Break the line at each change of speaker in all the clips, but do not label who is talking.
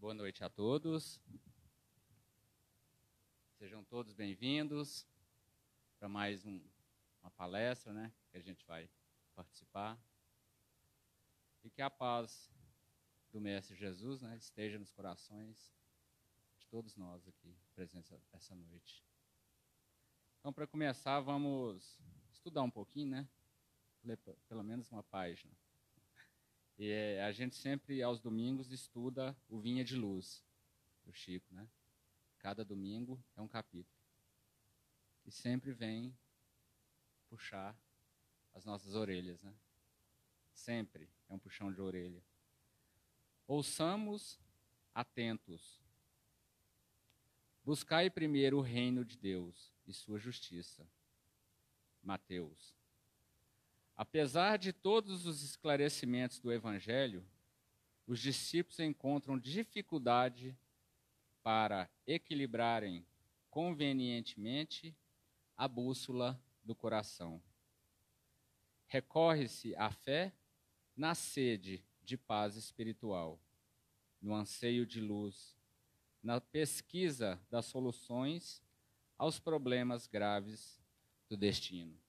Boa noite a todos. Sejam todos bem-vindos para mais uma palestra, né, que a gente vai participar. E que a paz do Mestre Jesus, né, esteja nos corações de todos nós aqui presentes essa noite. Então, para começar, vamos estudar um pouquinho, né, ler pelo menos uma página. E a gente sempre, aos domingos, estuda o Vinha de Luz, do Chico, né? Cada domingo é um capítulo. E sempre vem puxar as nossas orelhas, né? Sempre é um puxão de orelha. Ouçamos atentos. Buscai primeiro o reino de Deus e sua justiça. Mateus. Apesar de todos os esclarecimentos do Evangelho, os discípulos encontram dificuldade para equilibrarem convenientemente a bússola do coração. Recorre-se à fé na sede de paz espiritual, no anseio de luz, na pesquisa das soluções aos problemas graves do destino.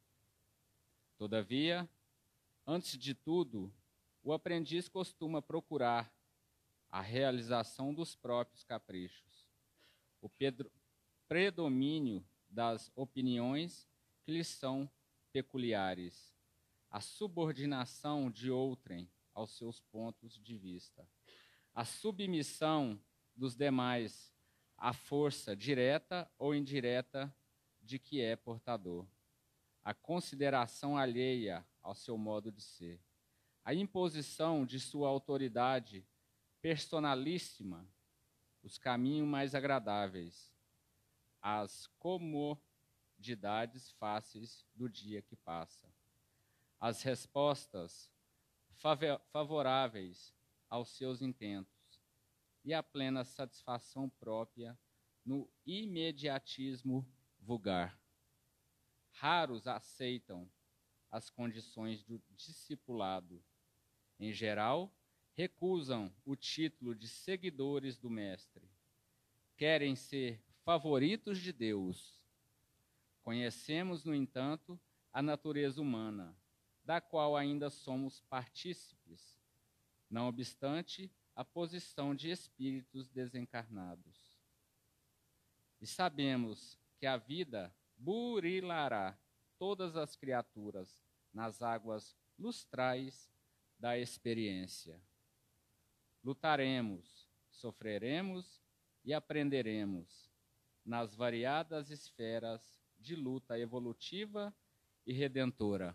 Todavia, antes de tudo, o aprendiz costuma procurar a realização dos próprios caprichos, o predomínio das opiniões que lhes são peculiares, a subordinação de outrem aos seus pontos de vista, a submissão dos demais à força direta ou indireta de que é portador, a consideração alheia ao seu modo de ser, a imposição de sua autoridade personalíssima, os caminhos mais agradáveis, as comodidades fáceis do dia que passa, as respostas favoráveis aos seus intentos e a plena satisfação própria no imediatismo vulgar. Raros aceitam as condições do discipulado. Em geral, recusam o título de seguidores do Mestre. Querem ser favoritos de Deus. Conhecemos, no entanto, a natureza humana, da qual ainda somos partícipes, não obstante a posição de espíritos desencarnados. E sabemos que a vida burilará todas as criaturas nas águas lustrais da experiência. Lutaremos, sofreremos e aprenderemos nas variadas esferas de luta evolutiva e redentora.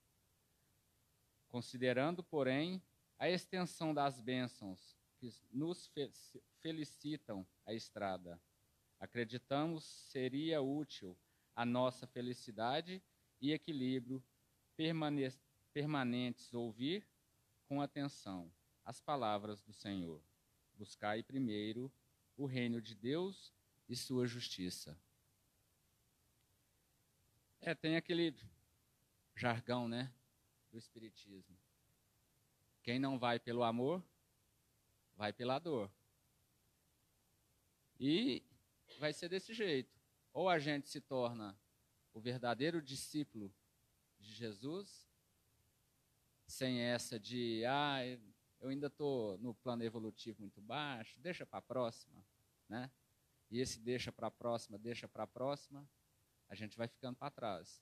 Considerando, porém, a extensão das bênçãos que nos felicitam a estrada, acreditamos seria útil a nossa felicidade e equilíbrio permanentes ouvir com atenção as palavras do Senhor. Buscai primeiro o reino de Deus e sua justiça. Tem aquele jargão, né, do Espiritismo. Quem não vai pelo amor, vai pela dor. E vai ser desse jeito. Ou a gente se torna o verdadeiro discípulo de Jesus, sem essa de, eu ainda estou no plano evolutivo muito baixo, deixa para a próxima, né? E esse deixa para a próxima, a gente vai ficando para trás.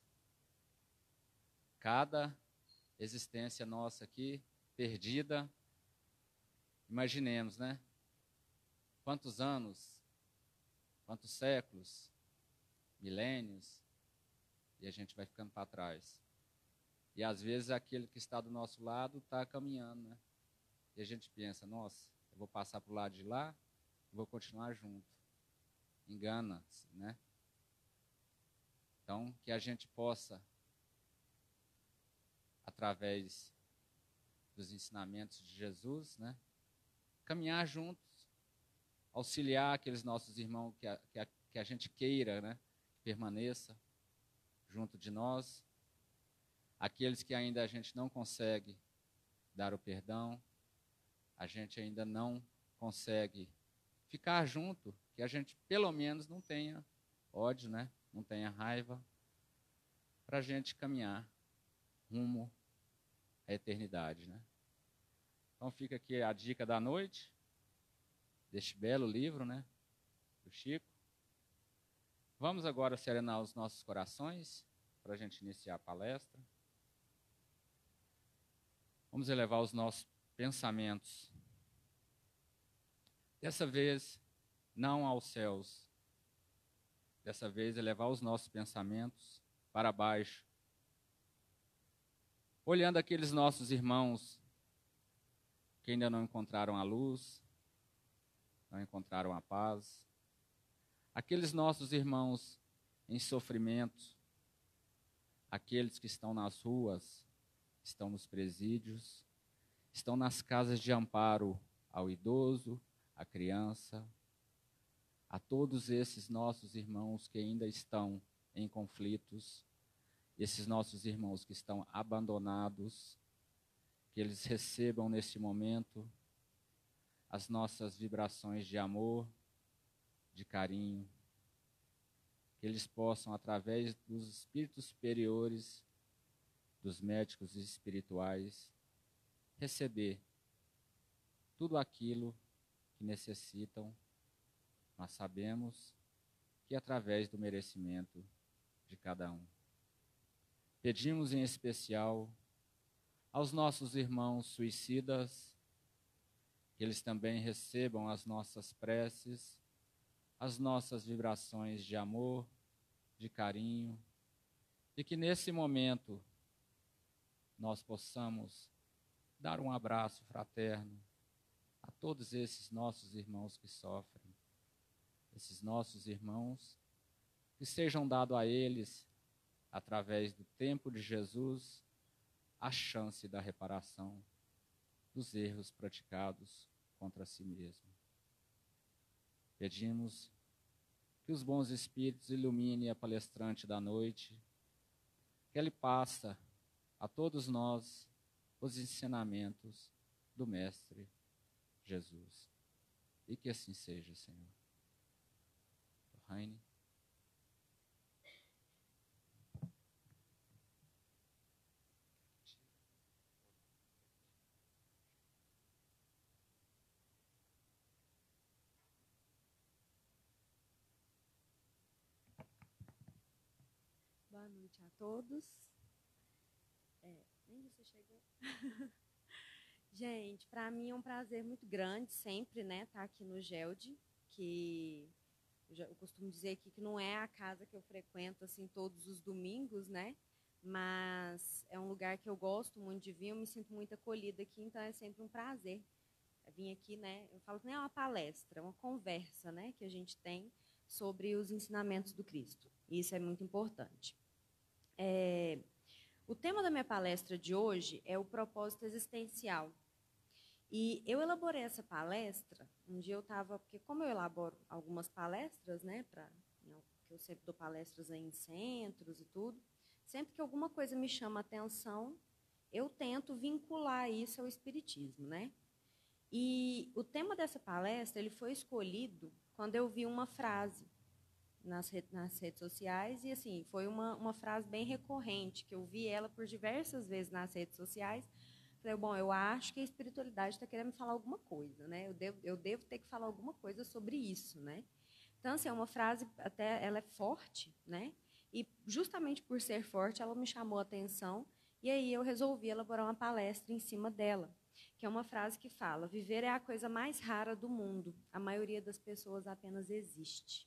Cada existência nossa aqui, perdida, imaginemos, né? Quantos anos, quantos séculos, milênios, e a gente vai ficando para trás. E às vezes aquele que está do nosso lado está caminhando, né? E a gente pensa, nossa, eu vou passar para o lado de lá, vou continuar junto. Engana-se, né? Então, que a gente possa, através dos ensinamentos de Jesus, né, caminhar juntos, auxiliar aqueles nossos irmãos que a gente queira, né, que permaneça junto de nós, aqueles que ainda a gente não consegue dar o perdão, a gente ainda não consegue ficar junto, que a gente pelo menos não tenha ódio, né? Não tenha raiva, para a gente caminhar rumo à eternidade, né? Então fica aqui a dica da noite, deste belo livro, né? Do Chico. Vamos agora serenar os nossos corações para a gente iniciar a palestra. Vamos elevar os nossos pensamentos. Dessa vez, não aos céus. Dessa vez, elevar os nossos pensamentos para baixo. Olhando aqueles nossos irmãos que ainda não encontraram a luz, não encontraram a paz. Aqueles nossos irmãos em sofrimento, aqueles que estão nas ruas, estão nos presídios, estão nas casas de amparo ao idoso, à criança, a todos esses nossos irmãos que ainda estão em conflitos, esses nossos irmãos que estão abandonados, que eles recebam nesse momento as nossas vibrações de amor, de carinho, que eles possam, através dos espíritos superiores, dos médicos espirituais, receber tudo aquilo que necessitam. Nós sabemos que através do merecimento de cada um. Pedimos em especial aos nossos irmãos suicidas, que eles também recebam as nossas preces, as nossas vibrações de amor, de carinho, e que nesse momento nós possamos dar um abraço fraterno a todos esses nossos irmãos que sofrem, esses nossos irmãos, que sejam dados a eles, através do tempo de Jesus, a chance da reparação dos erros praticados contra si mesmo. Pedimos que os bons espíritos iluminem a palestrante da noite, que ele passe a todos nós os ensinamentos do Mestre Jesus. E que assim seja, Senhor. Raine.
Boa noite a todos. Nem você chegou. Gente, para mim é um prazer muito grande sempre, né, estar aqui no GELD, que eu costumo dizer aqui que não é a casa que eu frequento assim todos os domingos, né? Mas é um lugar que eu gosto muito de vir, eu me sinto muito acolhida aqui, então é sempre um prazer vir aqui, né? Eu falo que nem é uma palestra, é uma conversa, né, que a gente tem sobre os ensinamentos do Cristo. E isso é muito importante. O tema da minha palestra de hoje é o propósito existencial. E eu elaborei essa palestra, um dia eu estava, porque como eu elaboro algumas palestras, né, que eu sempre dou palestras aí em centros e tudo, sempre que alguma coisa me chama a atenção, eu tento vincular isso ao espiritismo, né? E o tema dessa palestra, ele foi escolhido quando eu vi uma frase nas redes sociais, e assim, foi uma frase bem recorrente, que eu vi ela por diversas vezes nas redes sociais. Falei, bom, eu acho que a espiritualidade está querendo me falar alguma coisa, né? Eu devo ter que falar alguma coisa sobre isso, né? Então, assim, é uma frase, até ela é forte, né? E justamente por ser forte, ela me chamou a atenção, e aí eu resolvi elaborar uma palestra em cima dela, que é uma frase que fala: viver é a coisa mais rara do mundo, a maioria das pessoas apenas existe.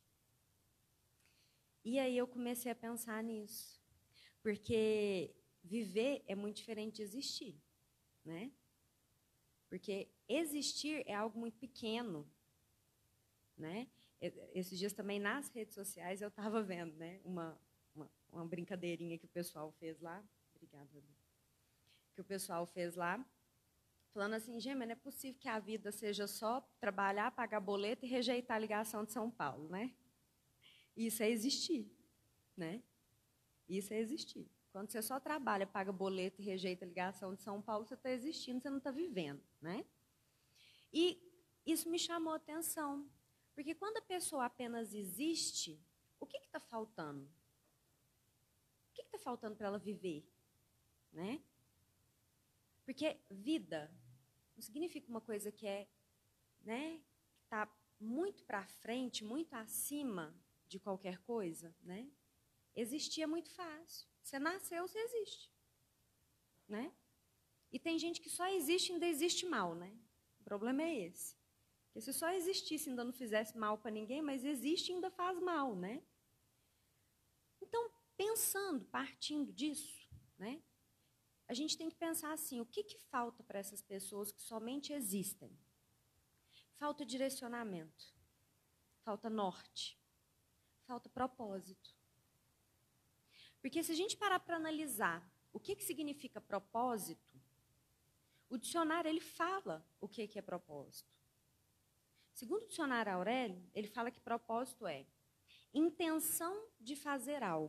E aí eu comecei a pensar nisso, porque viver é muito diferente de existir, né? Porque existir é algo muito pequeno, né? Esses dias também nas redes sociais eu estava vendo, né, uma brincadeirinha que o pessoal fez lá, obrigada, que o pessoal fez lá, falando assim, gente, não é possível que a vida seja só trabalhar, pagar boleto e rejeitar a ligação de São Paulo, né? Isso é existir, né? Isso é existir. Quando você só trabalha, paga boleto e rejeita a ligação de São Paulo, você está existindo, você não está vivendo, né? E isso me chamou a atenção, Porque quando a pessoa apenas existe, o que está faltando? O que está faltando para ela viver? Né? Porque vida não significa uma coisa que é, né, que está muito para frente, muito acima de qualquer coisa, né? Existir é muito fácil. Você nasceu, você existe, né? E tem gente que só existe e ainda existe mal, né? O problema é esse. Porque se só existisse e ainda não fizesse mal para ninguém, mas existe e ainda faz mal, né? Então, pensando, partindo disso, né? A gente tem que pensar assim, o que falta para essas pessoas que somente existem? Falta direcionamento, falta norte, falta propósito. Porque se a gente parar para analisar o que significa propósito, o dicionário ele fala o que é propósito. Segundo o dicionário Aurélio, ele fala que propósito é intenção de fazer algo.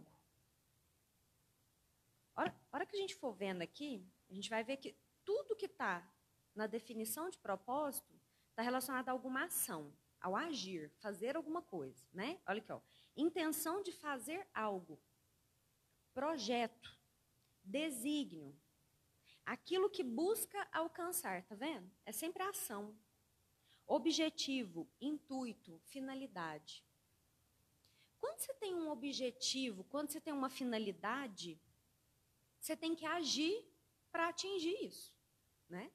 A hora que a gente for vendo aqui, a gente vai ver que tudo que está na definição de propósito está relacionado a alguma ação, ao agir, fazer alguma coisa, né? Olha aqui, ó. Intenção de fazer algo. Projeto, desígnio, aquilo que busca alcançar, tá vendo? É sempre a ação. Objetivo, intuito, finalidade. Quando você tem um objetivo, quando você tem uma finalidade, você tem que agir para atingir isso, né?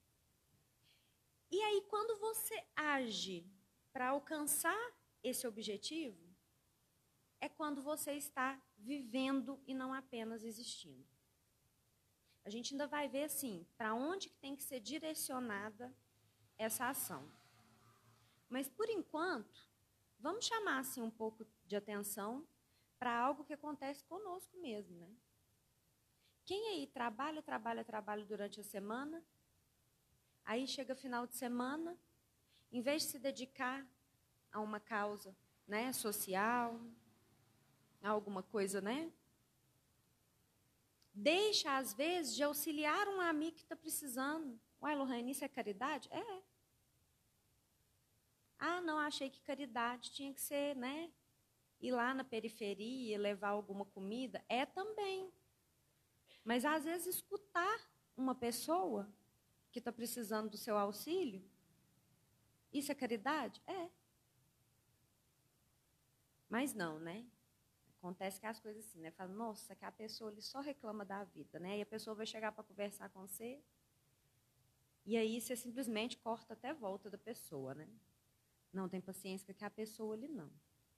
E aí, quando você age para alcançar esse objetivo, é quando você está vivendo e não apenas existindo. A gente ainda vai ver, assim, para onde que tem que ser direcionada essa ação. Mas, por enquanto, vamos chamar, assim, um pouco de atenção para algo que acontece conosco mesmo, né? Quem aí trabalha durante a semana, aí chega final de semana, em vez de se dedicar a uma causa, né, social, a alguma coisa, né? Deixa, às vezes, de auxiliar um amigo que está precisando. Uai, Lohane, isso é caridade? É. Ah, não, achei que caridade tinha que ser, né? Ir lá na periferia, levar alguma comida. É também. Mas, às vezes, escutar uma pessoa que está precisando do seu auxílio, isso é caridade? É. Mas não, né? Acontece que as coisas assim, né? Fala, nossa, que a pessoa ali só reclama da vida, né? E a pessoa vai chegar para conversar com você, e aí você simplesmente corta até a volta da pessoa, né? Não tem paciência com a pessoa ali, não.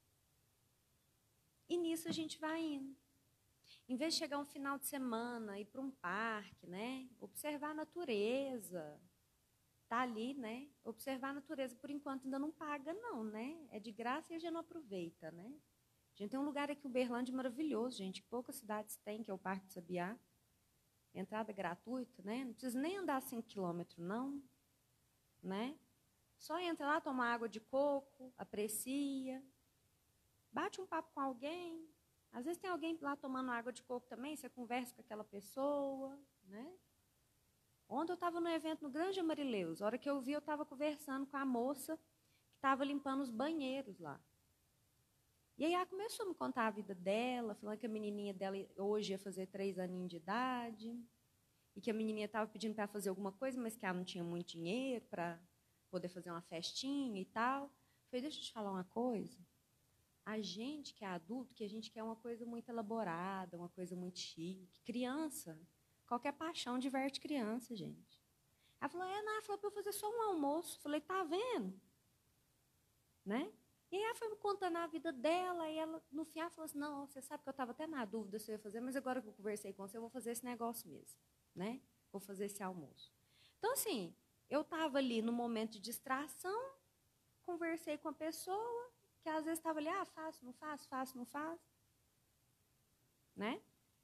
E nisso a gente vai indo. Em vez de chegar um final de semana, ir para um parque, né? Observar a natureza. Tá ali, né? Observar a natureza, por enquanto, ainda não paga, não, né? É de graça e a gente não aproveita, né? A gente tem um lugar aqui, Uberlândia, maravilhoso, gente, que poucas cidades têm, que é o Parque do Sabiá. Entrada gratuita, né? Não precisa nem andar 5 quilômetros, não. Né? Só entra lá, toma água de coco, aprecia, bate um papo com alguém. Às vezes tem alguém lá tomando água de coco também, você conversa com aquela pessoa, né? Ontem eu estava num evento no Grande Amarileus. A hora que eu vi, eu estava conversando com a moça que estava limpando os banheiros lá. E aí ela começou a me contar a vida dela, falando que a menininha dela hoje ia fazer 3 aninhos de idade, e que a menininha estava pedindo para ela fazer alguma coisa, mas que ela não tinha muito dinheiro para poder fazer uma festinha e tal. Eu falei, deixa eu te falar uma coisa. A gente que é adulto, que a gente quer uma coisa muito elaborada, uma coisa muito chique. Criança, qualquer paixão diverte criança, gente. Ela falou, não, ela falou para eu fazer só um almoço. Eu falei, tá vendo? Né? E aí ela foi me contando a vida dela, e ela, no fim, ela falou assim, não, você sabe que eu estava até na dúvida se eu ia fazer, mas agora que eu conversei com você, eu vou fazer esse negócio mesmo, né? Vou fazer esse almoço. Então, assim, eu estava ali no momento de distração, conversei com a pessoa, que às vezes estava ali, faço, não faço, faço, não faço. Né?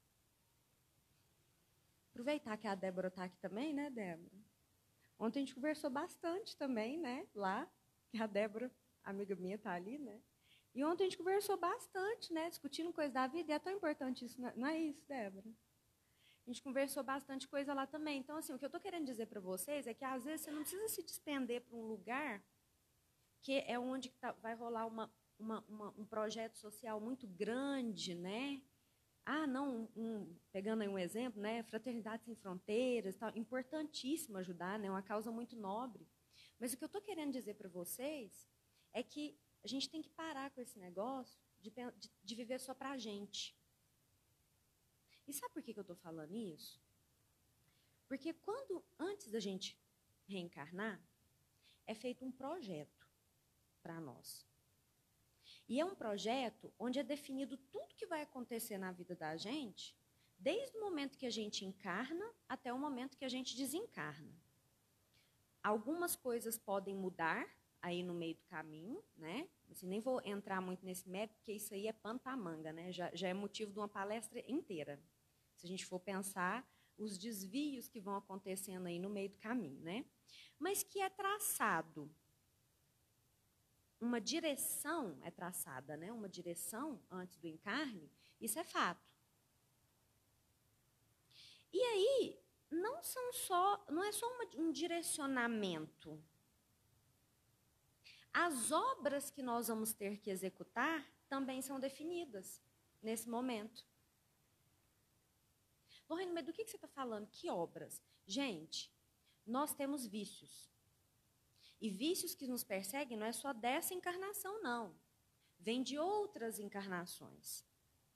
Aproveitar que a Débora está aqui também, né, Débora? Ontem a gente conversou bastante também, né, lá, que a Débora, amiga minha, está ali, né? E ontem a gente conversou bastante, né, discutindo coisas da vida, e é tão importante isso, não é isso, Débora? A gente conversou bastante coisa lá também. Então, assim, o que eu estou querendo dizer para vocês é que, às vezes, você não precisa se despender para um lugar que é onde vai rolar um projeto social muito grande, né? Ah, não, pegando aí um exemplo, né? Fraternidade Sem Fronteiras, tal, importantíssimo ajudar, né? Uma causa muito nobre. Mas o que eu estou querendo dizer para vocês é que a gente tem que parar com esse negócio de viver só para a gente. E sabe por que eu estou falando isso? Porque antes da gente reencarnar, é feito um projeto para nós. E é um projeto onde é definido tudo que vai acontecer na vida da gente, desde o momento que a gente encarna até o momento que a gente desencarna. Algumas coisas podem mudar aí no meio do caminho, né? Assim, nem vou entrar muito nesse mérito, porque isso aí é pano para manga, né? Já é motivo de uma palestra inteira. Se a gente for pensar os desvios que vão acontecendo aí no meio do caminho, né? Mas que é traçado, uma direção é traçada, né? Uma direção antes do encarne, isso é fato. E aí, não é só um direcionamento. As obras que nós vamos ter que executar também são definidas nesse momento. Lorena, mas do que você está falando? Que obras? Gente, nós temos vícios. E vícios que nos perseguem não é só dessa encarnação, não. Vem de outras encarnações.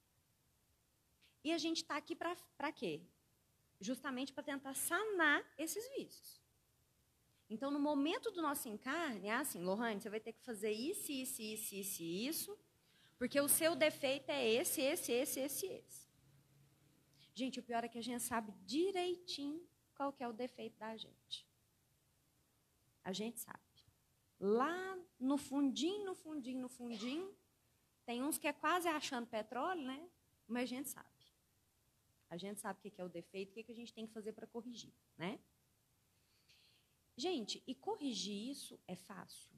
E a gente está aqui para quê? Justamente para tentar sanar esses vícios. Então, no momento do nosso encarne, é assim, Lohane, você vai ter que fazer isso, porque o seu defeito é esse. Gente, o pior é que a gente sabe direitinho qual que é o defeito da gente. A gente sabe. Lá no fundinho, tem uns que é quase achando petróleo, né? Mas a gente sabe. A gente sabe o que é o defeito, o que a gente tem que fazer para corrigir, né? Gente, e corrigir isso é fácil.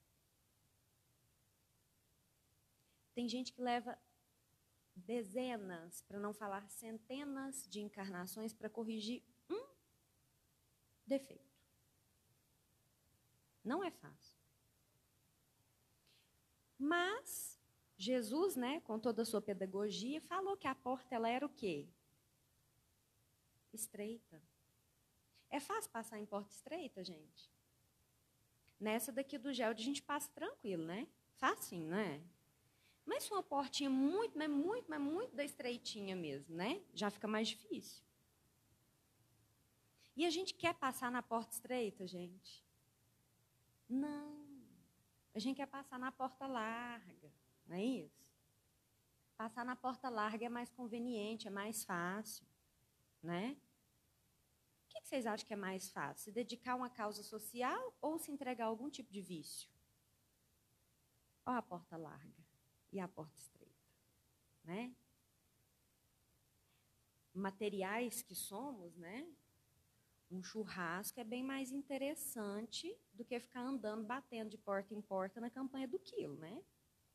Tem gente que leva dezenas, para não falar centenas de encarnações para corrigir um defeito. Não é fácil. Mas Jesus, né, com toda a sua pedagogia, falou que a porta ela era o quê? Estreita. É fácil passar em porta estreita, gente? Nessa daqui do Geld a gente passa tranquilo, né? Facinho, né? Mas se uma portinha muito da estreitinha mesmo, né? Já fica mais difícil. E a gente quer passar na porta estreita, gente? Não. A gente quer passar na porta larga, não é isso? Passar na porta larga é mais conveniente, é mais fácil, né? O que vocês acham que é mais fácil? Se dedicar a uma causa social ou se entregar a algum tipo de vício? Olha a porta larga e a porta estreita, né? Materiais que somos, né? Um churrasco é bem mais interessante do que ficar andando, batendo de porta em porta na campanha do quilo, né?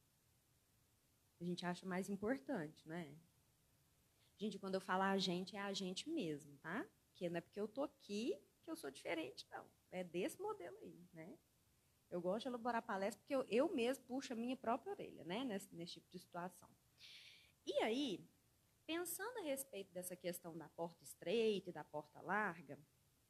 A gente acha mais importante, né? Gente, quando eu falo a gente, é a gente mesmo, tá? Porque não é porque eu tô aqui que eu sou diferente, não. É desse modelo aí, né? Eu gosto de elaborar palestra porque eu mesmo puxo a minha própria orelha, né? Nesse tipo de situação. E aí, pensando a respeito dessa questão da porta estreita e da porta larga,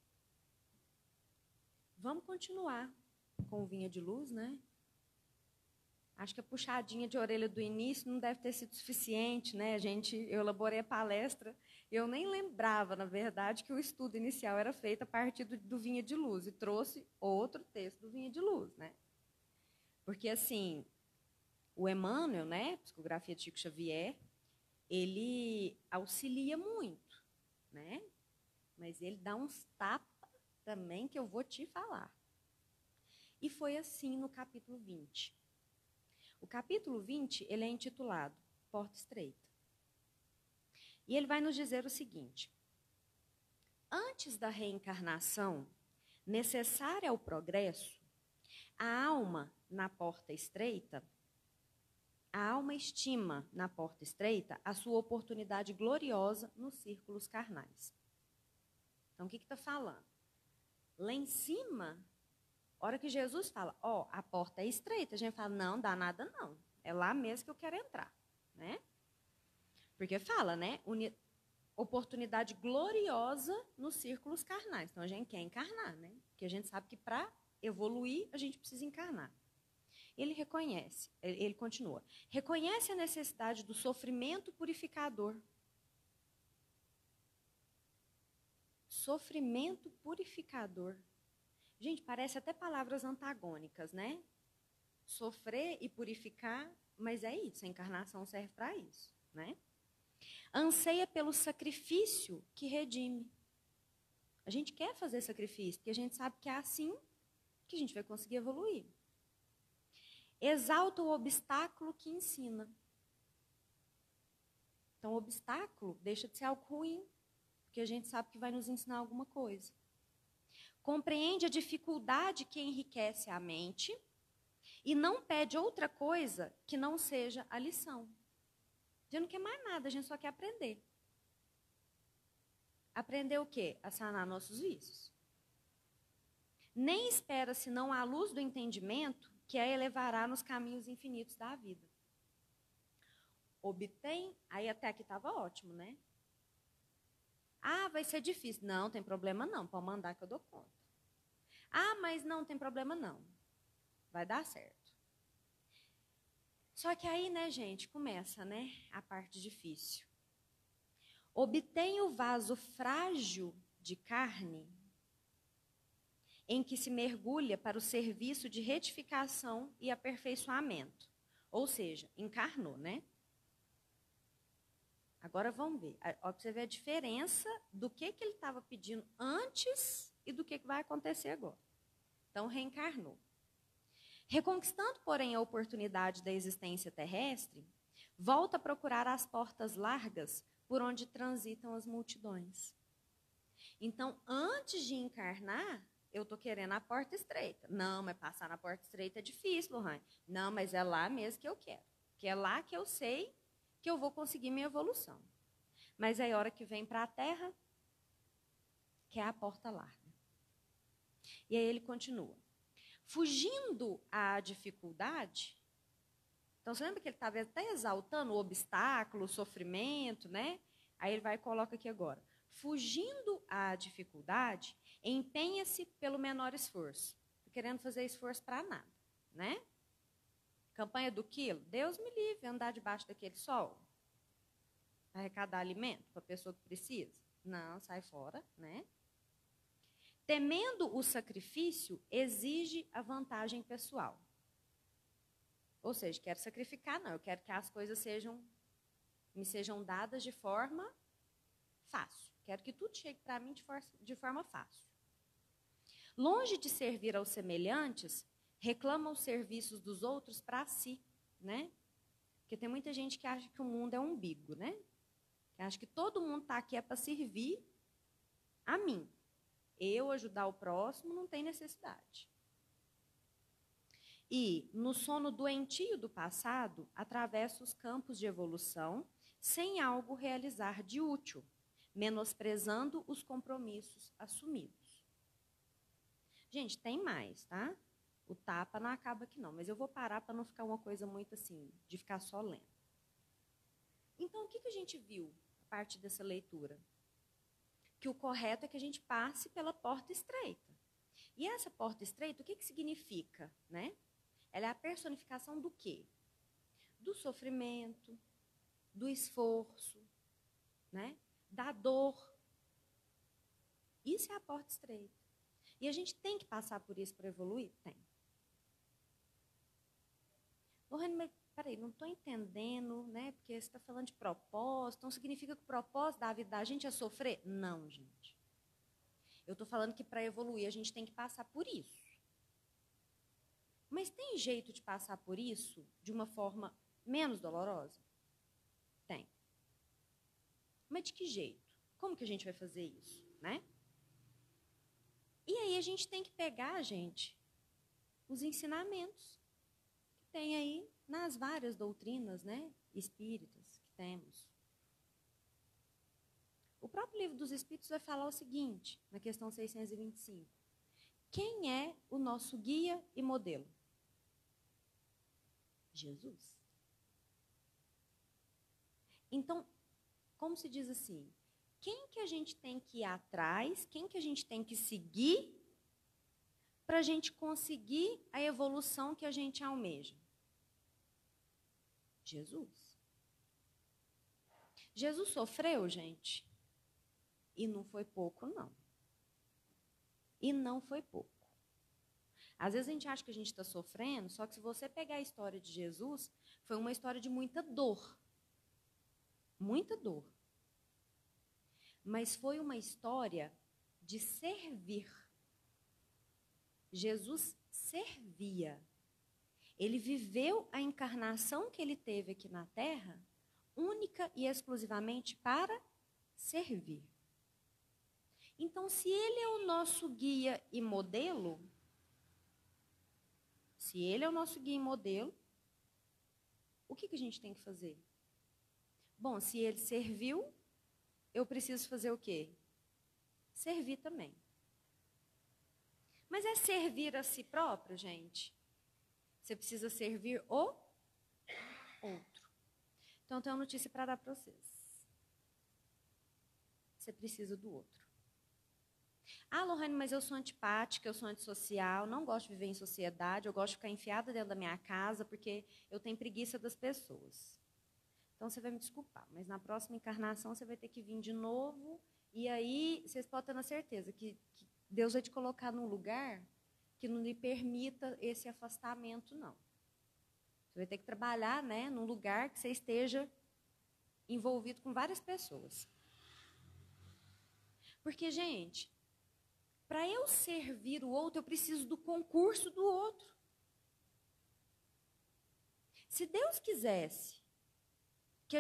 vamos continuar com o Vinha de Luz, né? Acho que a puxadinha de orelha do início não deve ter sido suficiente, né? Eu elaborei a palestra, eu nem lembrava, na verdade, que o estudo inicial era feito a partir do Vinha de Luz, e trouxe outro texto do Vinha de Luz, né? Porque, assim, o Emmanuel, né, Psicografia de Chico Xavier, ele auxilia muito, né? Mas ele dá uns tapas também que eu vou te falar. E foi assim no capítulo 20. O capítulo 20, ele é intitulado Porta Estreita. E ele vai nos dizer o seguinte: antes da reencarnação, necessária ao progresso, a alma estima na porta estreita a sua oportunidade gloriosa nos círculos carnais. Então, o que está falando? Lá em cima A hora que Jesus fala, ó, a porta é estreita, a gente fala, não, dá nada não. É lá mesmo que eu quero entrar, né? Porque fala, né? Oportunidade gloriosa nos círculos carnais. Então, a gente quer encarnar, né? Porque a gente sabe que para evoluir, a gente precisa encarnar. Ele reconhece, ele continua. Reconhece a necessidade do sofrimento purificador. Sofrimento purificador. Gente, parece até palavras antagônicas, né? Sofrer e purificar, mas é isso, a encarnação serve para isso, né? Anseia pelo sacrifício que redime. A gente quer fazer sacrifício, porque a gente sabe que é assim que a gente vai conseguir evoluir. Exalta o obstáculo que ensina. Então, o obstáculo deixa de ser algo ruim, porque a gente sabe que vai nos ensinar alguma coisa. Compreende a dificuldade que enriquece a mente e não pede outra coisa que não seja a lição. A gente não quer mais nada, a gente só quer aprender. Aprender o quê? A sanar nossos vícios. Nem espera senão a luz do entendimento que a elevará nos caminhos infinitos da vida. Obtém, aí até aqui estava ótimo, né? Ah, vai ser difícil. Não, tem problema não, pode mandar que eu dou conta. Ah, mas não tem problema não. Vai dar certo. Só que aí, né, gente, começa, né, a parte difícil. Obtém o vaso frágil de carne em que se mergulha para o serviço de retificação e aperfeiçoamento. Ou seja, encarnou, né? Agora vamos ver. Ó, pra você ver a diferença do que ele estava pedindo antes e do que vai acontecer agora. Então, reencarnou. Reconquistando, porém, a oportunidade da existência terrestre, volta a procurar as portas largas por onde transitam as multidões. Então, antes de encarnar, eu estou querendo a porta estreita. Não, mas passar na porta estreita é difícil, Lohane. Não, mas é lá mesmo que eu quero. Que é lá que eu sei que eu vou conseguir minha evolução. Mas aí, a hora que vem para a Terra, que é a porta larga. E aí ele continua. Fugindo à dificuldade, então você lembra que ele estava até exaltando o obstáculo, o sofrimento, né? Aí ele vai e coloca aqui agora. Fugindo à dificuldade, empenha-se pelo menor esforço. Tô querendo fazer esforço para nada, né? Campanha do quilo, Deus me livre, andar debaixo daquele sol. Arrecadar alimento para a pessoa que precisa. Não, sai fora, né? Temendo o sacrifício, exige a vantagem pessoal. Ou seja, quero sacrificar, não. Eu quero que as coisas me sejam dadas de forma fácil. Quero que tudo chegue para mim de forma fácil. Longe de servir aos semelhantes, reclama os serviços dos outros para si, né? Porque tem muita gente que acha que o mundo é um umbigo, né? Que acha que todo mundo está aqui para servir a mim. Eu ajudar o próximo não tem necessidade. E, no sono doentio do passado, atravessa os campos de evolução sem algo realizar de útil, menosprezando os compromissos assumidos. Gente, tem mais, tá? O tapa não acaba aqui não, mas eu vou parar para não ficar uma coisa muito assim, de ficar só lendo. Então, o que a gente viu a partir dessa leitura? Que o correto é que a gente passe pela porta estreita. E essa porta estreita, o que significa, né? Ela é a personificação do quê? Do sofrimento, do esforço, né? Da dor. Isso é a porta estreita. E a gente tem que passar por isso para evoluir? Tem. Lohane, mas peraí, não estou entendendo, né? Porque você está falando de propósito. Então, significa que o propósito da vida da gente é sofrer? Não, gente. Eu estou falando que para evoluir a gente tem que passar por isso. Mas tem jeito de passar por isso de uma forma menos dolorosa? Tem. Mas de que jeito? Como que a gente vai fazer isso, né? E aí a gente tem que pegar, gente, os ensinamentos que tem aí nas várias doutrinas, né, espíritas que temos. O próprio Livro dos Espíritos vai falar o seguinte, na questão 625. Quem é o nosso guia e modelo? Jesus. Então, como se diz assim, quem que a gente tem que ir atrás, quem que a gente tem que seguir para a gente conseguir a evolução que a gente almeja? Jesus. Jesus sofreu, gente, e não foi pouco, não. E não foi pouco. Às vezes a gente acha que a gente está sofrendo, só que se você pegar a história de Jesus, foi uma história de muita dor. Muita dor. Mas foi uma história de servir. Jesus servia. Ele viveu a encarnação que ele teve aqui na Terra, única e exclusivamente para servir. Então, se ele é o nosso guia e modelo, o que a gente tem que fazer? Bom, se ele serviu, eu preciso fazer o quê? Servir também. Mas é servir a si próprio, gente? Você precisa servir o outro. Então, eu tenho uma notícia para dar para vocês. Você precisa do outro. Ah, Lohane, mas eu sou antipática, eu sou antissocial, não gosto de viver em sociedade, eu gosto de ficar enfiada dentro da minha casa porque eu tenho preguiça das pessoas. Então, você vai me desculpar, mas na próxima encarnação você vai ter que vir de novo e aí vocês podem ter na certeza que Deus vai te colocar num lugar que não lhe permita esse afastamento, não. Você vai ter que trabalhar, né, num lugar que você esteja envolvido com várias pessoas. Porque, gente, para eu servir o outro, eu preciso do concurso do outro. Se Deus quisesse que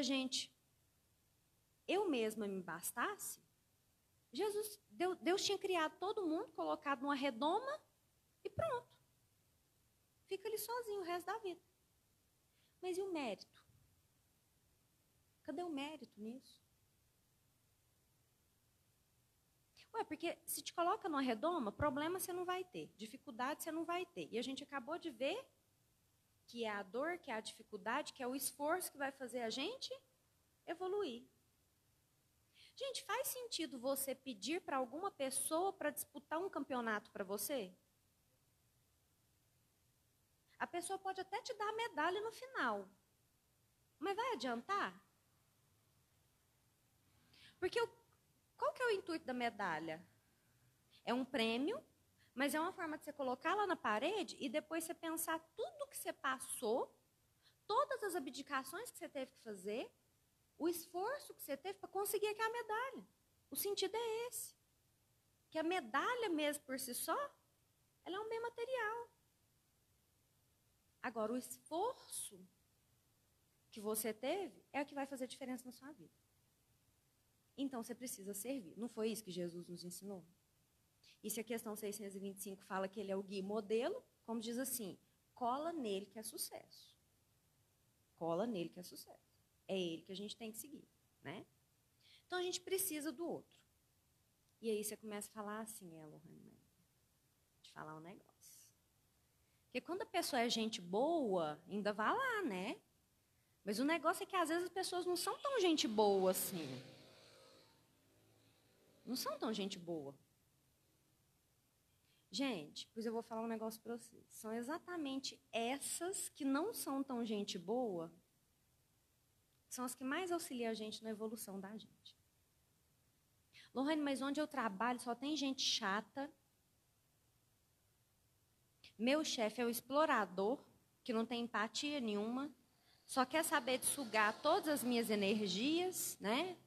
eu mesma me bastasse, Deus tinha criado todo mundo, colocado numa redoma e pronto. Fica ali sozinho o resto da vida. Mas e o mérito? Cadê o mérito nisso? Ué, porque se te coloca numa redoma, problema você não vai ter, dificuldade você não vai ter. E a gente acabou de ver que é a dor, que é a dificuldade, que é o esforço que vai fazer a gente evoluir. Gente, faz sentido você pedir para alguma pessoa para disputar um campeonato para você? A pessoa pode até te dar a medalha no final, mas vai adiantar? Porque qual que é o intuito da medalha? É um prêmio, mas é uma forma de você colocar lá na parede e depois você pensar tudo que você passou, todas as abdicações que você teve que fazer, o esforço que você teve para conseguir aquela medalha. O sentido é esse. Que a medalha mesmo por si só, ela é um bem material. Agora, o esforço que você teve é o que vai fazer diferença na sua vida. Então, você precisa servir. Não foi isso que Jesus nos ensinou? E se a questão 625 fala que ele é o guia modelo, como diz assim, cola nele que é sucesso. Cola nele que é sucesso. É ele que a gente tem que seguir, né? Então, a gente precisa do outro. E aí você começa a falar assim, Lohane, vou te falar um negócio. Porque quando a pessoa é gente boa, ainda vai lá, né? Mas o negócio é que às vezes as pessoas não são tão gente boa assim. Não são tão gente boa. Gente, pois eu vou falar um negócio para vocês. São exatamente essas que não são tão gente boa, são as que mais auxiliam a gente na evolução da gente. Lohane, mas onde eu trabalho só tem gente chata. Meu chefe é o explorador, que não tem empatia nenhuma, só quer saber de sugar todas as minhas energias, né?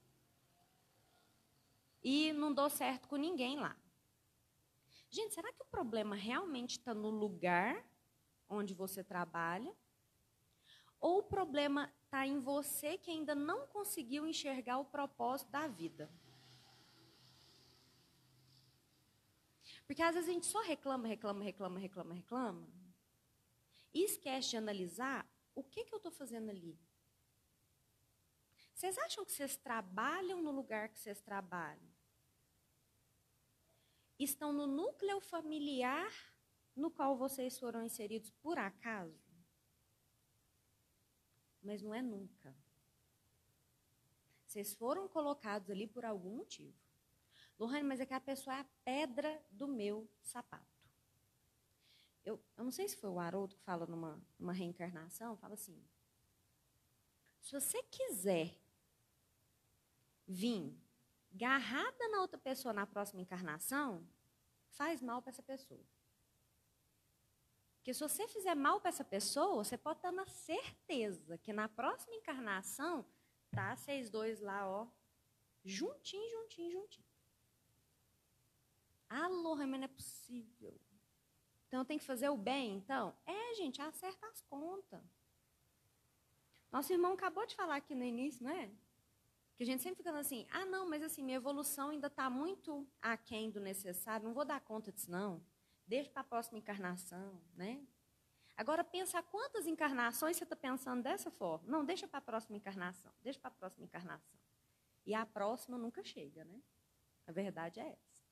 E não dou certo com ninguém lá. Gente, será que o problema realmente está no lugar onde você trabalha? Ou o problema está em você que ainda não conseguiu enxergar o propósito da vida? Porque às vezes a gente só reclama e esquece de analisar o que eu estou fazendo ali. Vocês acham que vocês trabalham no lugar que vocês trabalham? estão no núcleo familiar no qual vocês foram inseridos por acaso? Mas não é nunca. Vocês foram colocados ali por algum motivo. Lohane, mas é que a pessoa é a pedra do meu sapato. Eu não sei se foi o Haroldo que fala numa reencarnação, fala assim, se você quiser vir garrada na outra pessoa na próxima encarnação, faz mal para essa pessoa. Porque se você fizer mal para essa pessoa, você pode estar na certeza que na próxima encarnação, tá vocês dois lá, ó, juntinho, juntinho, juntinho. Ah, Lohane, mas não é possível. Então, tem que fazer o bem, então? Gente, acerta as contas. Nosso irmão acabou de falar aqui no início, não é? Que a gente sempre fica assim, não, mas assim, minha evolução ainda está muito aquém do necessário, não vou dar conta disso, não. Deixa para a próxima encarnação, né? Agora, pensa quantas encarnações você está pensando dessa forma. Não, deixa para a próxima encarnação, deixa para a próxima encarnação. E a próxima nunca chega, né? A verdade é essa.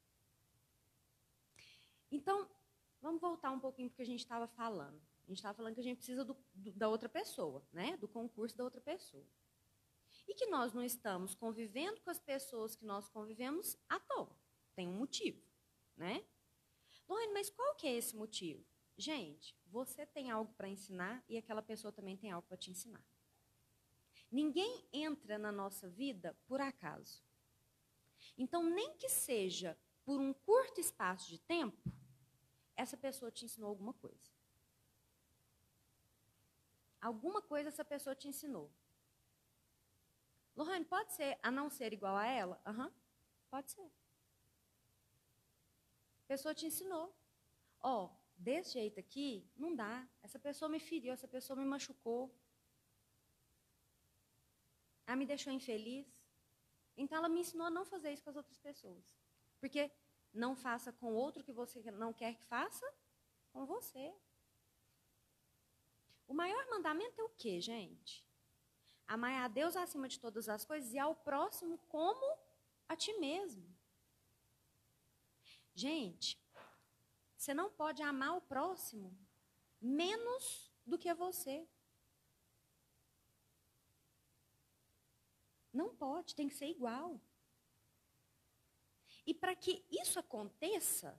Então, vamos voltar um pouquinho para o que a gente estava falando. A gente estava falando que a gente precisa da outra pessoa, né? Do concurso da outra pessoa. E que nós não estamos convivendo com as pessoas que nós convivemos à toa. Tem um motivo, né? Lohane, mas qual que é esse motivo? Gente, você tem algo para ensinar e aquela pessoa também tem algo para te ensinar. Ninguém entra na nossa vida por acaso. Então, nem que seja por um curto espaço de tempo, essa pessoa te ensinou alguma coisa. Alguma coisa essa pessoa te ensinou. Lohane, pode ser a não ser igual a ela? Pode ser. A pessoa te ensinou. Desse jeito aqui, não dá. Essa pessoa me feriu, essa pessoa me machucou. Ela me deixou infeliz. Então, ela me ensinou a não fazer isso com as outras pessoas. Porque não faça com outro que você não quer que faça com você. O maior mandamento é o quê, gente? Amar a Deus acima de todas as coisas e ao próximo como a ti mesmo. Gente, você não pode amar o próximo menos do que você. Não pode, tem que ser igual. E para que isso aconteça,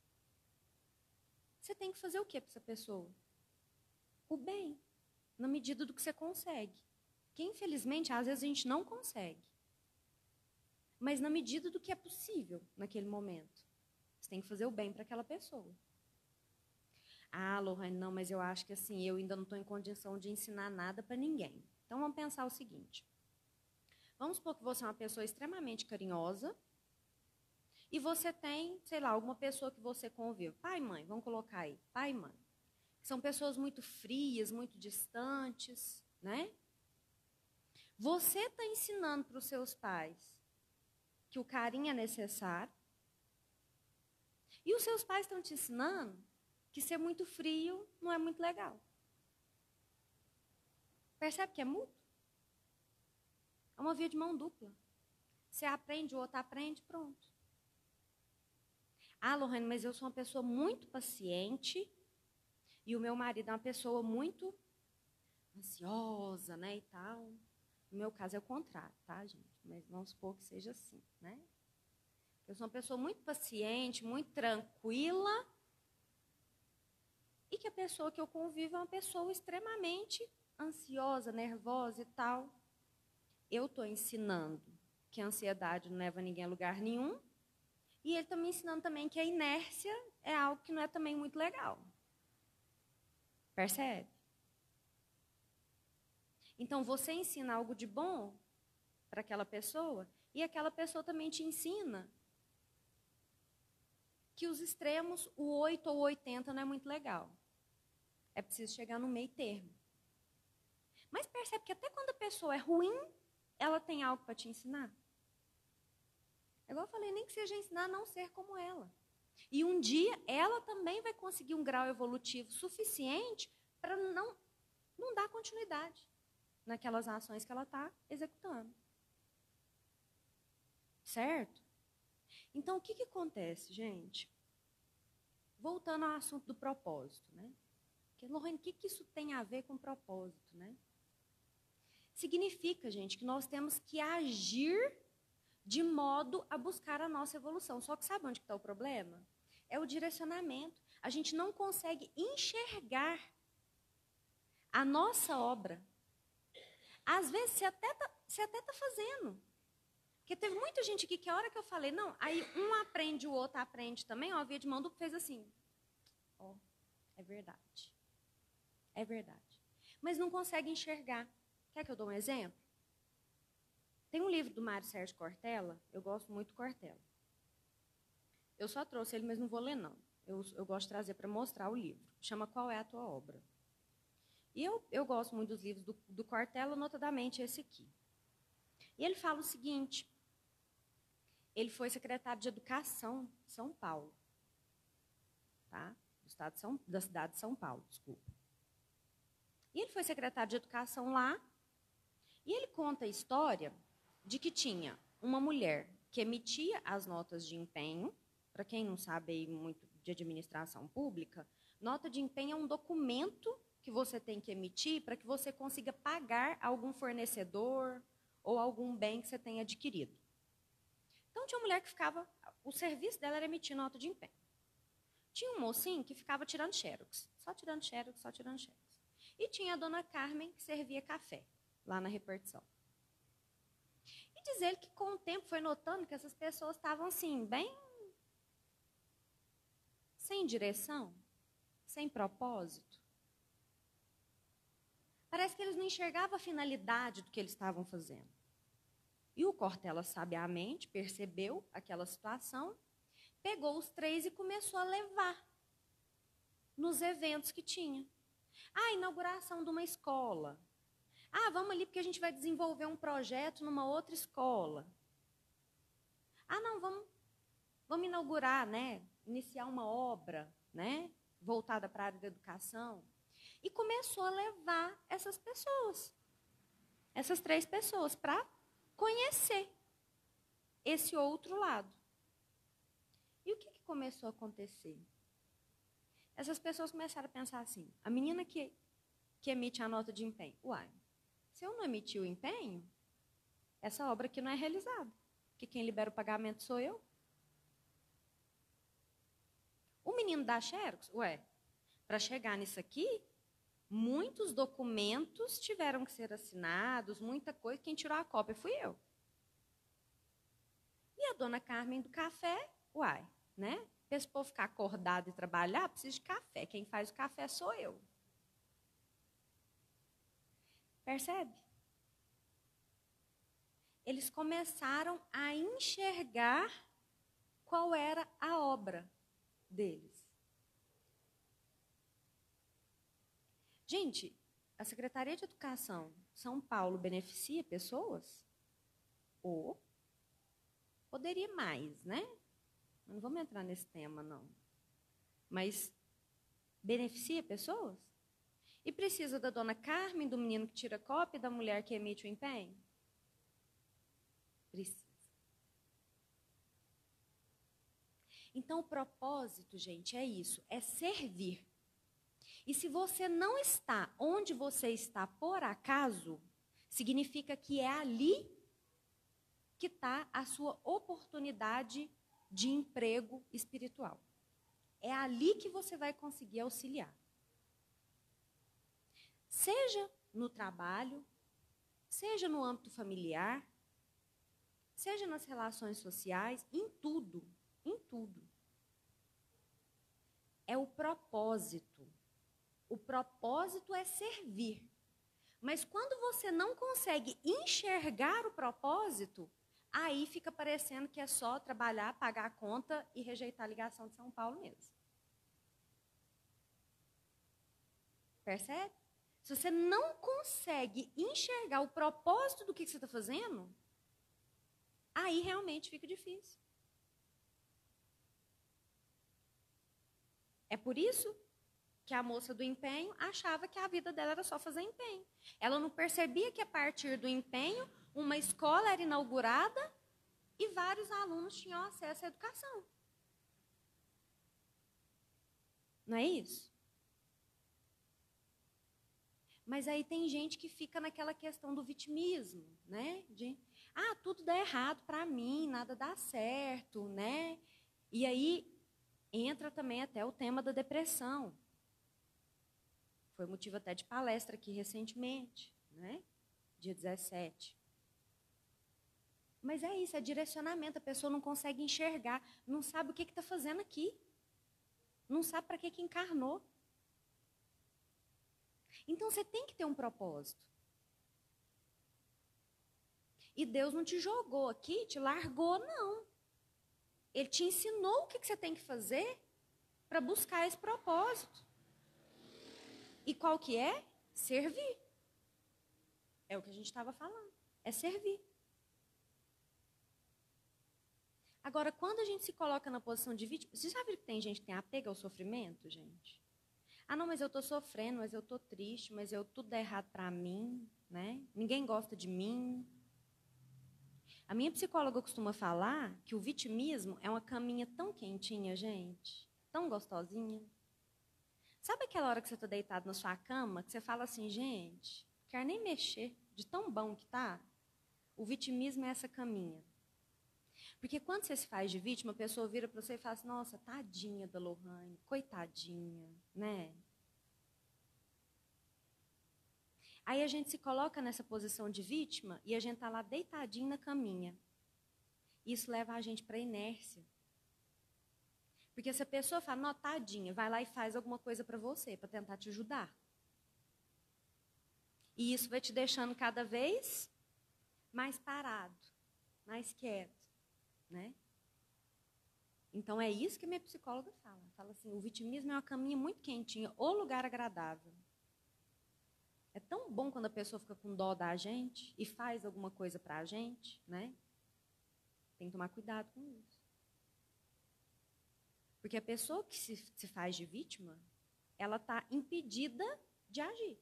você tem que fazer o quê para essa pessoa? O bem, na medida do que você consegue. Que, infelizmente, às vezes a gente não consegue. Mas na medida do que é possível naquele momento. Você tem que fazer o bem para aquela pessoa. Lohane, não, mas eu acho que assim, eu ainda não estou em condição de ensinar nada para ninguém. Então, vamos pensar o seguinte. Vamos supor que você é uma pessoa extremamente carinhosa e você tem, sei lá, alguma pessoa que você convive. Pai e mãe, vamos colocar aí. Pai e mãe. São pessoas muito frias, muito distantes, né? Você está ensinando para os seus pais que o carinho é necessário. E os seus pais estão te ensinando que ser muito frio não é muito legal. Percebe que é mútuo? É uma via de mão dupla. Você aprende, o outro aprende, pronto. Lohane, mas eu sou uma pessoa muito paciente e o meu marido é uma pessoa muito ansiosa, né, e tal. No meu caso é o contrário, tá, gente? Mas vamos supor que seja assim, né? Eu sou uma pessoa muito paciente, muito tranquila e que a pessoa que eu convivo é uma pessoa extremamente ansiosa, nervosa e tal. Eu estou ensinando que a ansiedade não leva ninguém a lugar nenhum e ele está me ensinando também que a inércia é algo que não é também muito legal. Percebe? Então, você ensina algo de bom para aquela pessoa e aquela pessoa também te ensina que os extremos, o 8 ou 80 não é muito legal. É preciso chegar no meio termo. Mas percebe que até quando a pessoa é ruim, ela tem algo para te ensinar. É igual eu falei, nem que seja ensinar a não ser como ela. E um dia ela também vai conseguir um grau evolutivo suficiente para não dar continuidade naquelas ações que ela está executando. Certo? Então, o que acontece, gente? Voltando ao assunto do propósito, né? Porque, Lorraine, o que isso tem a ver com propósito, né? Significa, gente, que nós temos que agir de modo a buscar a nossa evolução. Só que sabe onde está o problema? É o direcionamento. A gente não consegue enxergar a nossa obra. Às vezes, você até tá fazendo. Porque teve muita gente aqui que a hora que eu falei, não, aí um aprende, o outro aprende também, ó, a via de mão dupla fez assim. Ó, é verdade. É verdade. Mas não consegue enxergar. Quer que eu dou um exemplo? Tem um livro do Mário Sérgio Cortella, eu gosto muito do Cortella. Eu só trouxe ele, mas não vou ler, não. Eu gosto de trazer para mostrar o livro. Chama Qual é a Tua Obra? E eu gosto muito dos livros do Cortella, notadamente esse aqui. E ele fala o seguinte, ele foi secretário de Educação de São Paulo, tá? Da cidade de São Paulo, desculpa. E ele foi secretário de Educação lá, e ele conta a história de que tinha uma mulher que emitia as notas de empenho. Para quem não sabe aí muito de administração pública, nota de empenho é um documento que você tem que emitir para que você consiga pagar algum fornecedor ou algum bem que você tenha adquirido. Então, tinha uma mulher que ficava... O serviço dela era emitir nota de empenho. Tinha um mocinho que ficava tirando xerox. Só tirando xerox, só tirando xerox. E tinha a dona Carmen, que servia café, lá na repartição. E diz ele que, com o tempo, foi notando que essas pessoas estavam, assim, bem... sem direção, sem propósito. Parece que eles não enxergavam a finalidade do que eles estavam fazendo. E o Cortella, sabiamente, percebeu aquela situação, pegou os 3 e começou a levar nos eventos que tinha. Ah, inauguração de uma escola. Ah, vamos ali porque a gente vai desenvolver um projeto numa outra escola. Ah, não, vamos inaugurar, né? Iniciar uma obra, né? Voltada para a área da educação. E começou a levar essas pessoas, essas 3 pessoas, para conhecer esse outro lado. E o que começou a acontecer? Essas pessoas começaram a pensar assim, a menina que emite a nota de empenho, uai, se eu não emitir o empenho, essa obra aqui não é realizada, porque quem libera o pagamento sou eu. O menino da xerox, ué, para chegar nisso aqui, muitos documentos tiveram que ser assinados, muita coisa, quem tirou a cópia fui eu. E a dona Carmen do café, uai, né? Para esse povo ficar acordado e trabalhar, precisa de café. Quem faz o café sou eu. Percebe? Eles começaram a enxergar qual era a obra deles. Gente, a Secretaria de Educação de São Paulo beneficia pessoas? Ou poderia mais, né? Não vamos entrar nesse tema, não. Mas beneficia pessoas? E precisa da dona Carmen, do menino que tira cópia, da mulher que emite o empenho? Precisa. Então, o propósito, gente, é isso, é servir. E se você não está onde você está por acaso, significa que é ali que está a sua oportunidade de emprego espiritual. É ali que você vai conseguir auxiliar. Seja no trabalho, seja no âmbito familiar, seja nas relações sociais, em tudo, em tudo. É o propósito. O propósito é servir. Mas quando você não consegue enxergar o propósito, aí fica parecendo que é só trabalhar, pagar a conta e rejeitar a ligação de São Paulo mesmo. Percebe? Se você não consegue enxergar o propósito do que você está fazendo, aí realmente fica difícil. É por isso que a moça do empenho achava que a vida dela era só fazer empenho. Ela não percebia que a partir do empenho, uma escola era inaugurada e vários alunos tinham acesso à educação. Não é isso? Mas aí tem gente que fica naquela questão do vitimismo, né? Tudo dá errado para mim, nada dá certo, né? E aí entra também até o tema da depressão. Foi motivo até de palestra aqui recentemente, né? Dia 17. Mas é isso, é direcionamento. A pessoa não consegue enxergar, não sabe o que está fazendo aqui. Não sabe para que encarnou. Então, você tem que ter um propósito. E Deus não te jogou aqui, te largou, não. Ele te ensinou o que você tem que fazer para buscar esse propósito. E qual que é? Servir. É o que a gente estava falando. É servir. Agora, quando a gente se coloca na posição de vítima, você já viu que tem gente que tem apego ao sofrimento, gente? Não, mas eu estou sofrendo, mas eu estou triste, mas tudo dá errado para mim, né? Ninguém gosta de mim. A minha psicóloga costuma falar que o vitimismo é uma caminha tão quentinha, gente, tão gostosinha. Sabe aquela hora que você está deitado na sua cama, que você fala assim, gente, não quero nem mexer, de tão bom que tá? O vitimismo é essa caminha. Porque quando você se faz de vítima, a pessoa vira para você e fala assim, nossa, tadinha da Lohane, coitadinha, né? Aí a gente se coloca nessa posição de vítima e a gente está lá deitadinho na caminha. Isso leva a gente para a inércia. Porque se a pessoa fala, não, tadinha, vai lá e faz alguma coisa para você, para tentar te ajudar. E isso vai te deixando cada vez mais parado, mais quieto, né? Então é isso que a minha psicóloga fala. Fala assim, o vitimismo é uma caminha muito quentinha, o lugar agradável. É tão bom quando a pessoa fica com dó da gente e faz alguma coisa para a gente, né? Tem que tomar cuidado com isso. Porque a pessoa que se faz de vítima, ela está impedida de agir.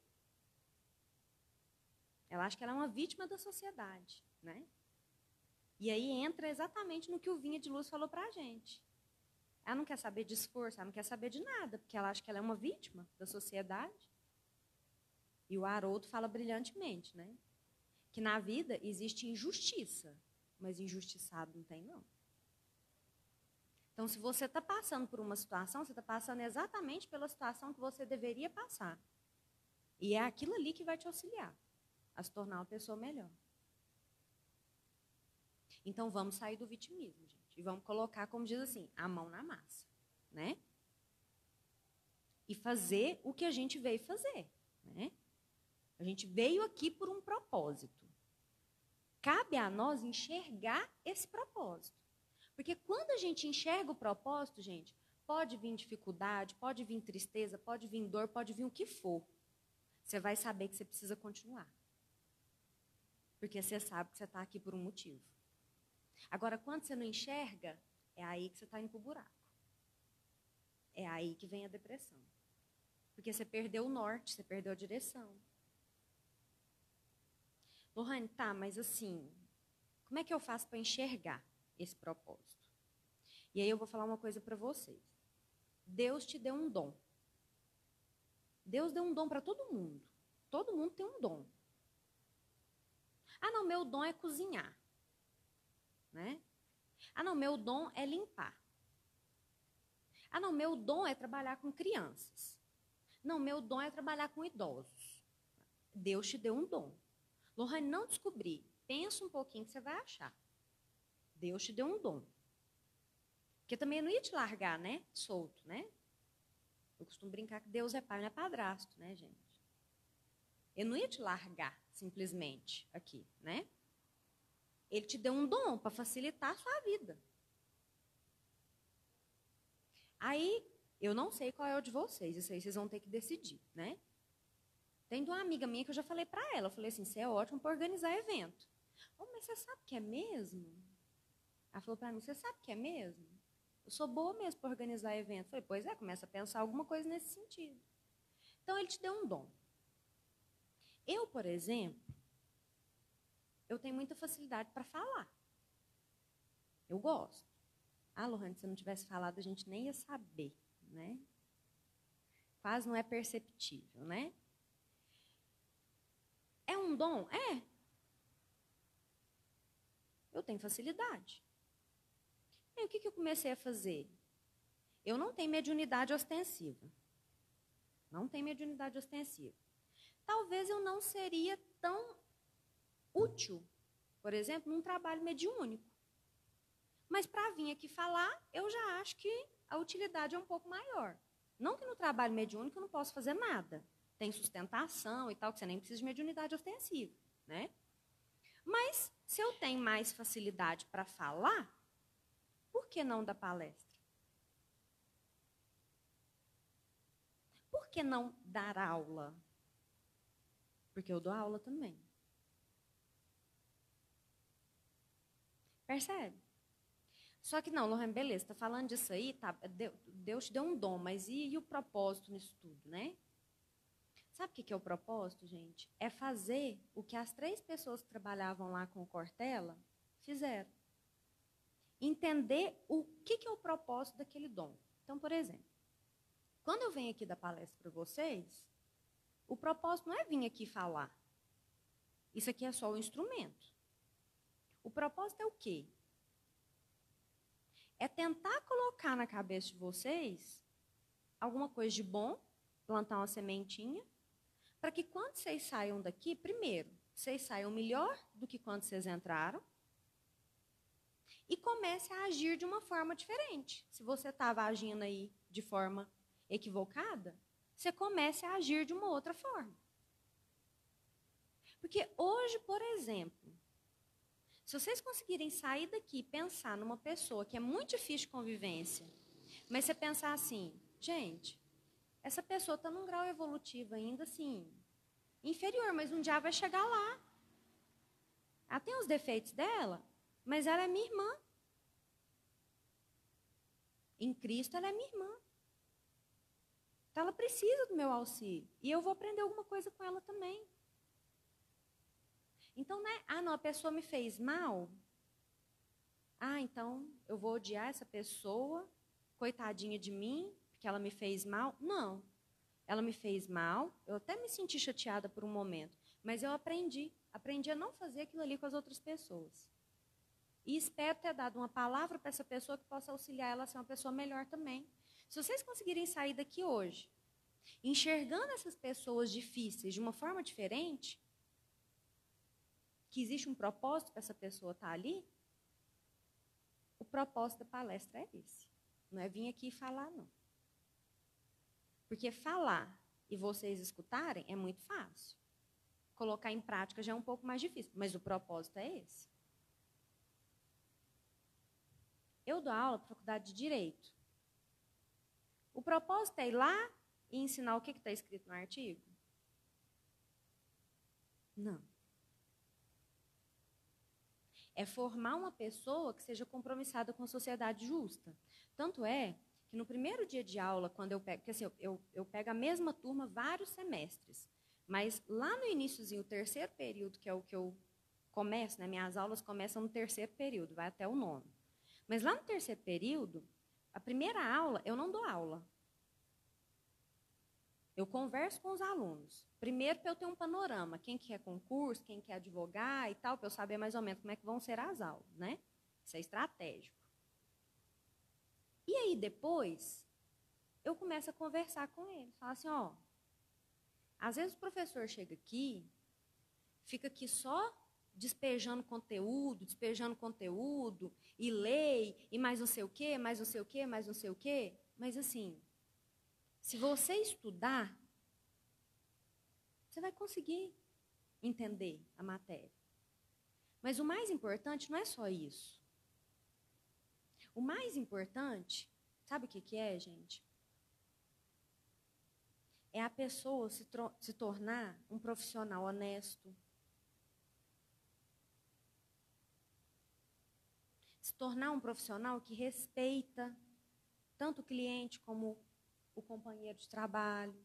Ela acha que ela é uma vítima da sociedade, né? E aí entra exatamente no que o Vinha de Luz falou para a gente. Ela não quer saber de esforço, ela não quer saber de nada, porque ela acha que ela é uma vítima da sociedade. E o Haroldo fala brilhantemente, né? Que na vida existe injustiça, mas injustiçado não tem, não. Então, se você está passando por uma situação, você está passando exatamente pela situação que você deveria passar. E é aquilo ali que vai te auxiliar a se tornar uma pessoa melhor. Então, vamos sair do vitimismo, gente. E vamos colocar, como diz assim, a mão na massa, né? E fazer o que a gente veio fazer, né? A gente veio aqui por um propósito. Cabe a nós enxergar esse propósito. Porque quando a gente enxerga o propósito, gente, pode vir dificuldade, pode vir tristeza, pode vir dor, pode vir o que for. Você vai saber que você precisa continuar. Porque você sabe que você está aqui por um motivo. Agora, quando você não enxerga, é aí que você está indo para o buraco. É aí que vem a depressão. Porque você perdeu o norte, você perdeu a direção. Lohane, tá, mas assim, como é que eu faço para enxergar esse propósito? E aí eu vou falar uma coisa para vocês. Deus te deu um dom. Deus deu um dom para todo mundo. Todo mundo tem um dom. Não, meu dom é cozinhar. Né? Não, meu dom é limpar. Não, meu dom é trabalhar com crianças. Não, meu dom é trabalhar com idosos. Deus te deu um dom. Lohane, não descobri. Pensa um pouquinho que você vai achar. Deus te deu um dom. Porque também eu não ia te largar, né? Solto, né? Eu costumo brincar que Deus é pai, não é padrasto, né, gente? Eu não ia te largar, simplesmente, aqui, né? Ele te deu um dom para facilitar a sua vida. Aí, eu não sei qual é o de vocês, isso aí vocês vão ter que decidir, né? Tem de uma amiga minha que eu já falei para ela, eu falei assim, você é ótimo para organizar evento. Mas você sabe que é mesmo? Ela falou para mim, você sabe que é mesmo? Eu sou boa mesmo para organizar evento. Eu falei, pois é, começa a pensar alguma coisa nesse sentido. Então, ele te deu um dom. Eu, por exemplo, eu tenho muita facilidade para falar. Eu gosto. Ah, Lohane, se eu não tivesse falado, a gente nem ia saber, né? Quase não é perceptível, né? É um dom? É. Eu tenho facilidade. E o que eu comecei a fazer? Eu não tenho mediunidade ostensiva. Não tenho mediunidade ostensiva. Talvez eu não seria tão útil, por exemplo, num trabalho mediúnico. Mas para vir aqui falar, eu já acho que a utilidade é um pouco maior. Não que no trabalho mediúnico eu não possa fazer nada. Tem sustentação e tal, que você nem precisa de mediunidade ostensiva, né? Mas se eu tenho mais facilidade para falar, por que não dar palestra? Por que não dar aula? Porque eu dou aula também. Percebe? Só que não, Lohane, beleza, está falando disso aí, tá, Deus te deu um dom, mas e o propósito nisso tudo, né? Sabe o que é o propósito, gente? É fazer o que as 3 pessoas que trabalhavam lá com o Cortella fizeram. Entender o que é o propósito daquele dom. Então, por exemplo, quando eu venho aqui dar palestra para vocês, o propósito não é vir aqui falar. Isso aqui é só o instrumento. O propósito é o quê? É tentar colocar na cabeça de vocês alguma coisa de bom, plantar uma sementinha, para que quando vocês saiam daqui, primeiro, vocês saiam melhor do que quando vocês entraram e comecem a agir de uma forma diferente. Se você estava agindo aí de forma equivocada, você comece a agir de uma outra forma. Porque hoje, por exemplo, se vocês conseguirem sair daqui e pensar numa pessoa que é muito difícil de convivência, mas você pensar assim, gente, essa pessoa está num grau evolutivo ainda assim, inferior, mas um dia vai chegar lá. Ela tem os defeitos dela, mas ela é minha irmã. Em Cristo, ela é minha irmã. Então, ela precisa do meu auxílio. E eu vou aprender alguma coisa com ela também. Então, né? Ah, não, a pessoa me fez mal. Ah, então eu vou odiar essa pessoa, coitadinha de mim, porque ela me fez mal. Não. Ela me fez mal, eu até me senti chateada por um momento, mas eu aprendi a não fazer aquilo ali com as outras pessoas. E espero ter dado uma palavra para essa pessoa que possa auxiliar ela a ser uma pessoa melhor também. Se vocês conseguirem sair daqui hoje, enxergando essas pessoas difíceis de uma forma diferente, que existe um propósito para essa pessoa estar ali, o propósito da palestra é esse. Não é vir aqui e falar, não. Porque falar e vocês escutarem é muito fácil. Colocar em prática já é um pouco mais difícil, mas o propósito é esse. Eu dou aula para a faculdade de Direito. O propósito é ir lá e ensinar o que está escrito no artigo? Não. É formar uma pessoa que seja compromissada com a sociedade justa. Tanto é que no primeiro dia de aula, quando eu pego, porque assim, eu pego a mesma turma vários semestres, mas lá no iniciozinho, o terceiro período, que é o que eu começo, né, minhas aulas começam no terceiro período, vai até o 9º. Mas lá no terceiro período, a primeira aula, eu não dou aula. Eu converso com os alunos. Primeiro, para eu ter um panorama, quem quer concurso, quem quer advogar e tal, para eu saber mais ou menos como é que vão ser as aulas, né? Isso é estratégico. E aí, depois, eu começo a conversar com ele. Falo assim, ó, às vezes o professor chega aqui, fica aqui só despejando conteúdo, e lei, e mais não sei o quê, mais não sei o quê, mais não sei o quê. Mas assim, se você estudar, você vai conseguir entender a matéria. Mas o mais importante não é só isso. O mais importante, sabe o que é, gente? É a pessoa se tornar um profissional honesto. Se tornar um profissional que respeita tanto o cliente como o companheiro de trabalho.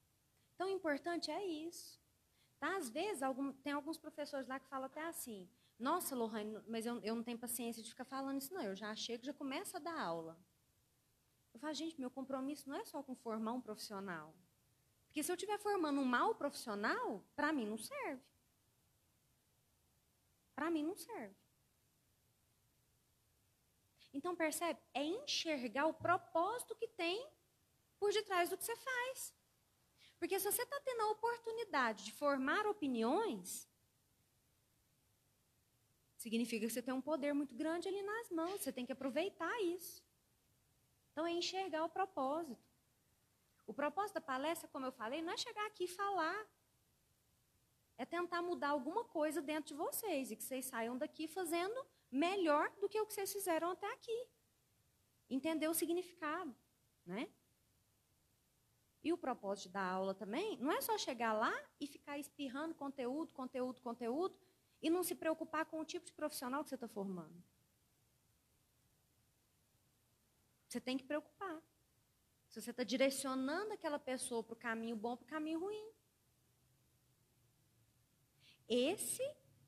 Então, o importante é isso. Tá? Às vezes, tem alguns professores lá que falam até assim, Nossa, Lohane, mas eu não tenho paciência de ficar falando isso, não. Eu já chego, já começo a dar aula. Eu falo, gente, meu compromisso não é só com formar um profissional. Porque se eu estiver formando um mau profissional, para mim não serve. Para mim não serve. Então, percebe? É enxergar o propósito que tem por detrás do que você faz. Porque se você está tendo a oportunidade de formar opiniões, significa que você tem um poder muito grande ali nas mãos. Você tem que aproveitar isso. Então, é enxergar o propósito. O propósito da palestra, como eu falei, não é chegar aqui e falar. É tentar mudar alguma coisa dentro de vocês e que vocês saiam daqui fazendo melhor do que o que vocês fizeram até aqui. Entender o significado, né? E o propósito da aula também não é só chegar lá e ficar espirrando conteúdo, conteúdo, conteúdo e não se preocupar com o tipo de profissional que você está formando. Você tem que preocupar. Se você está direcionando aquela pessoa para o caminho bom ou para o caminho ruim. Esse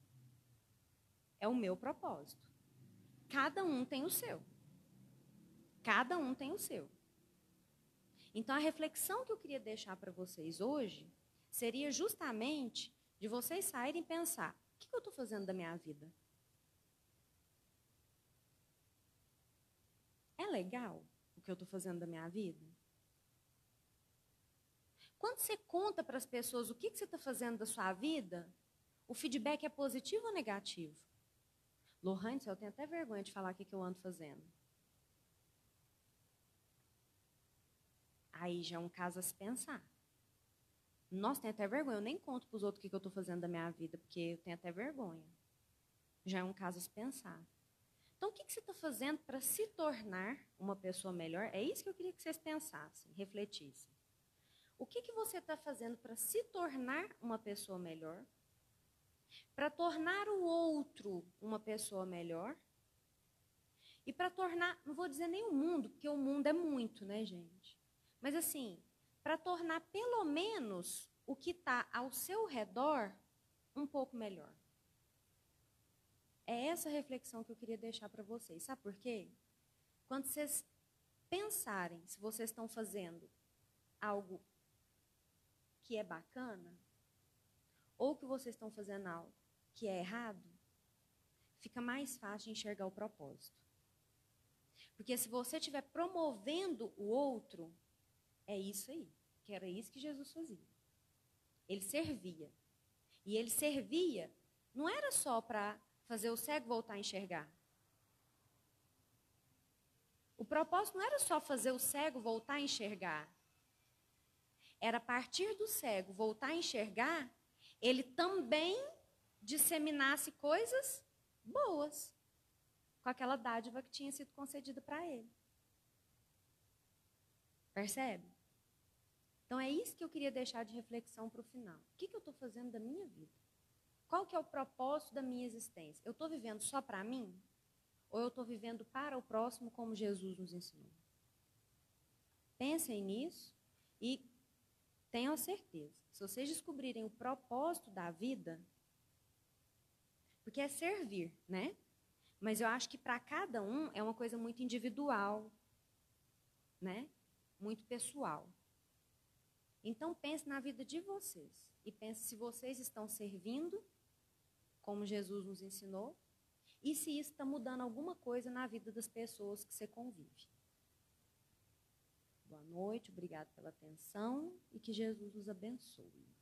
é o meu propósito. Cada um tem o seu. Cada um tem o seu. Então, a reflexão que eu queria deixar para vocês hoje seria justamente de vocês saírem e pensar: o que eu estou fazendo da minha vida? É legal o que eu estou fazendo da minha vida? Quando você conta para as pessoas o que você está fazendo da sua vida, o feedback é positivo ou negativo? Lohane, eu tenho até vergonha de falar o que eu ando fazendo. Aí já é um caso a se pensar. Nossa, tenho até vergonha. Eu nem conto para os outros o que eu estou fazendo da minha vida, porque eu tenho até vergonha. Já é um caso a se pensar. Então, o que você está fazendo para se tornar uma pessoa melhor? É isso que eu queria que vocês pensassem, refletissem. O que você está fazendo para se tornar uma pessoa melhor? Para tornar o outro uma pessoa melhor? E para tornar, não vou dizer nem o mundo, porque o mundo é muito, né, gente? Mas assim, para tornar pelo menos o que está ao seu redor um pouco melhor. É essa reflexão que eu queria deixar para vocês. Sabe por quê? Quando vocês pensarem se vocês estão fazendo algo que é bacana, ou que vocês estão fazendo algo que é errado, fica mais fácil de enxergar o propósito. Porque se você estiver promovendo o outro, é isso aí, que era isso que Jesus fazia. Ele servia. E ele servia, não era só para fazer o cego voltar a enxergar. O propósito não era só fazer o cego voltar a enxergar. Era a partir do cego voltar a enxergar, ele também disseminasse coisas boas com aquela dádiva que tinha sido concedida para ele. Percebe? Então, é isso que eu queria deixar de reflexão para o final. O que eu estou fazendo da minha vida? Qual que é o propósito da minha existência? Eu estou vivendo só para mim? Ou eu estou vivendo para o próximo como Jesus nos ensinou? Pensem nisso e tenham certeza. Se vocês descobrirem o propósito da vida, porque é servir, né? Mas eu acho que para cada um é uma coisa muito individual, né? Muito pessoal. Então, pense na vida de vocês. E pense se vocês estão servindo, como Jesus nos ensinou, e se isso está mudando alguma coisa na vida das pessoas que você convive. Boa noite, obrigado pela atenção e que Jesus nos abençoe.